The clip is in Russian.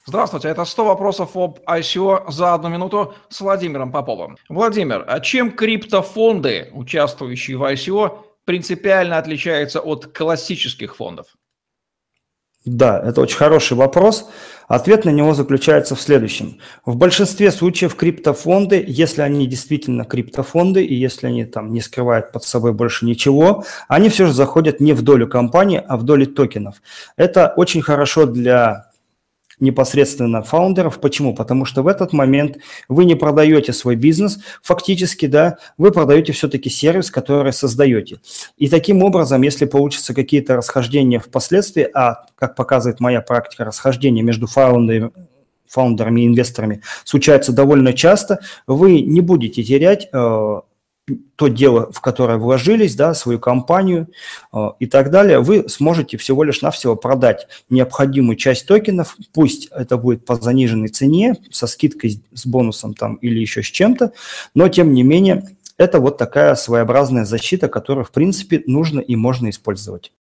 Здравствуйте, это 100 вопросов об ICO за 1 минуту с Владимиром Поповым. Владимир, а чем криптофонды, участвующие в ICO, принципиально отличаются от классических фондов? Да, это очень хороший вопрос. Ответ на него заключается в следующем. В большинстве случаев криптофонды, если они действительно криптофонды, и если они там не скрывают под собой больше ничего, они все же заходят не в долю компании, а в долю токенов. Это очень хорошо для непосредственно фаундеров. Почему? Потому что в этот момент вы не продаете свой бизнес, фактически, да, вы продаете все-таки сервис, который создаете. И таким образом, если получатся какие-то расхождения впоследствии, а, как показывает моя практика, расхождения между фаундерами и инвесторами случаются довольно часто, вы не будете терять то дело, в которое вложились, да, свою компанию и так далее, вы сможете всего лишь навсего продать необходимую часть токенов, пусть это будет по заниженной цене, со скидкой, с бонусом там или еще с чем-то, но тем не менее это вот такая своеобразная защита, которую в принципе нужно и можно использовать.